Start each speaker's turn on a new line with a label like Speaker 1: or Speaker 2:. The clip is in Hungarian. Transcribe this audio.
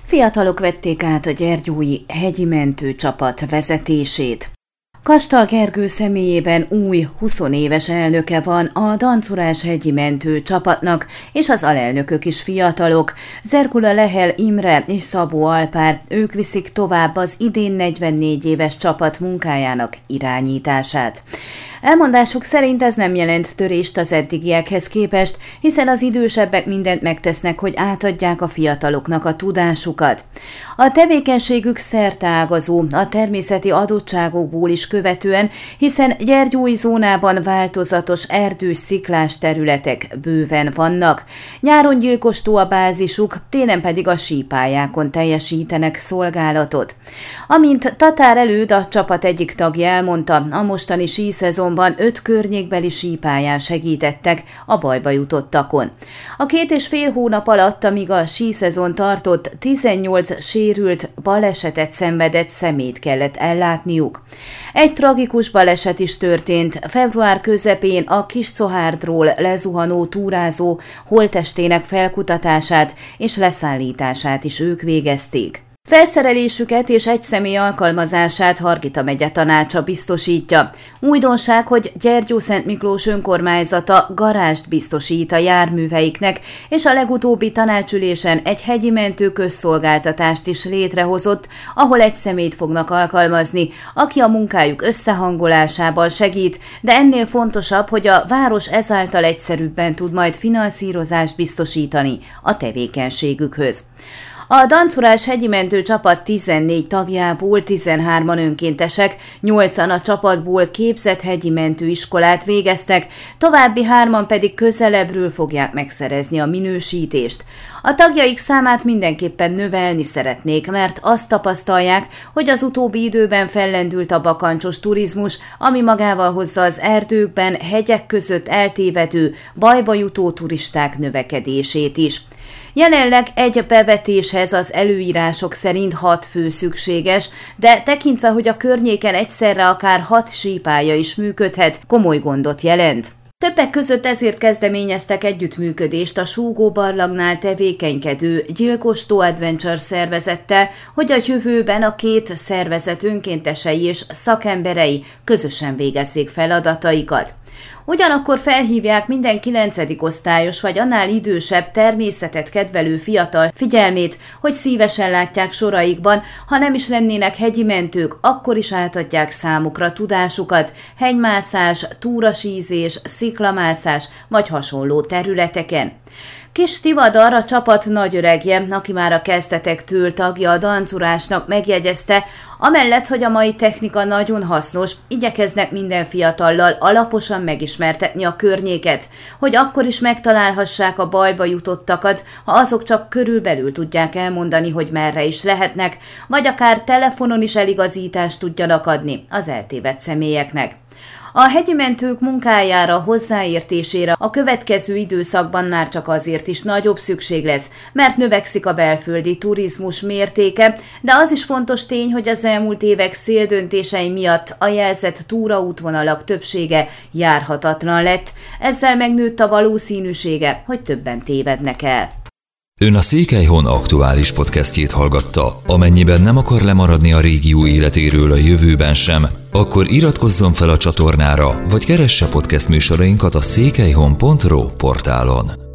Speaker 1: Fiatalok vették át a gyergyói hegyi mentőcsapat vezetését. Kastal Gergő személyében új, 20 éves elnöke van a Dancurás hegyi mentő csapatnak, és az alelnökök is fiatalok. Zerkula Lehel Imre és Szabó Alpár, ők viszik tovább az idén 44 éves csapat munkájának irányítását. Elmondásuk szerint ez nem jelent törést az eddigiekhez képest, hiszen az idősebbek mindent megtesznek, hogy átadják a fiataloknak a tudásukat. A tevékenységük szerteágazó, a természeti adottságokból is követően, hiszen gyergyói zónában változatos erdős sziklás területek bőven vannak. Nyáron gyilkostó a bázisuk, télen pedig a sípályákon teljesítenek szolgálatot. Amint Tatár Előd, a csapat egyik tagja elmondta, a mostani síszezonban 5 környékbeli sípályán segítettek a bajba jutottakon. A 2,5 hónap alatt, amíg a síszezon tartott, 18 sérült, balesetet szenvedett személyt kellett ellátniuk. Egy tragikus baleset is történt. Február közepén a Kis-Cohárdról lezuhanó túrázó holttestének felkutatását és leszállítását is ők végezték. Felszerelésüket és egyszemély alkalmazását Hargita megye tanácsa biztosítja. Újdonság, hogy Gyergyószent Miklós önkormányzata garást biztosít a járműveiknek, és a legutóbbi tanácsülésen egy hegyi mentő közszolgáltatást is létrehozott, ahol egy személyt fognak alkalmazni, aki a munkájuk összehangolásában segít, de ennél fontosabb, hogy a város ezáltal egyszerűbben tud majd finanszírozást biztosítani a tevékenységükhöz. A Dancurás hegyi mentő csapat 14 tagjából 13-an önkéntesek, 8-an a csapatból képzett hegyi mentőiskolát végeztek, további 3-an pedig közelebbről fogják megszerezni a minősítést. A tagjaik számát mindenképpen növelni szeretnék, mert azt tapasztalják, hogy az utóbbi időben fellendült a bakancsos turizmus, ami magával hozza az erdőkben, hegyek között eltévedő, bajba jutó turisták növekedését is. Jelenleg egy bevetéshez az előírások szerint 6 fő szükséges, de tekintve, hogy a környéken egyszerre akár 6 sípálya is működhet, komoly gondot jelent. Többek között ezért kezdeményeztek együttműködést a Súgó-barlangnál tevékenykedő Gyilkostó Adventure szervezettel, hogy a jövőben a 2 szervezet önkéntesei és szakemberei közösen végezzék feladataikat. Ugyanakkor felhívják minden 9. osztályos vagy annál idősebb természetet kedvelő fiatal figyelmét, hogy szívesen látják soraikban, ha nem is lennének hegyi mentők, akkor is átadják számukra tudásukat, hegymászás, túrasízés, sziklamászás vagy hasonló területeken. Kis Tivadar, a csapat nagyöregje, aki már a kezdetektől tagja a dancurásnak, megjegyezte, amellett, hogy a mai technika nagyon hasznos, igyekeznek minden fiatallal alaposan megismertetni a környéket, hogy akkor is megtalálhassák a bajba jutottakat, ha azok csak körülbelül tudják elmondani, hogy merre is lehetnek, vagy akár telefonon is eligazítást tudjanak adni az eltévedt személyeknek. A hegyi mentők munkájára, hozzáértésére a következő időszakban már csak azért is nagyobb szükség lesz, mert növekszik a belföldi turizmus mértéke, de az is fontos tény, hogy az elmúlt évek széldöntései miatt a jelzett túraútvonalak többsége járhatatlan lett, ezzel megnőtt a valószínűsége, hogy többen tévednek el.
Speaker 2: Ön a Székelyhon aktuális podcastjét hallgatta. Amennyiben nem akar lemaradni a régió életéről a jövőben sem, akkor iratkozzon fel a csatornára, vagy keresse podcast műsorainkat a székelyhon.ro portálon.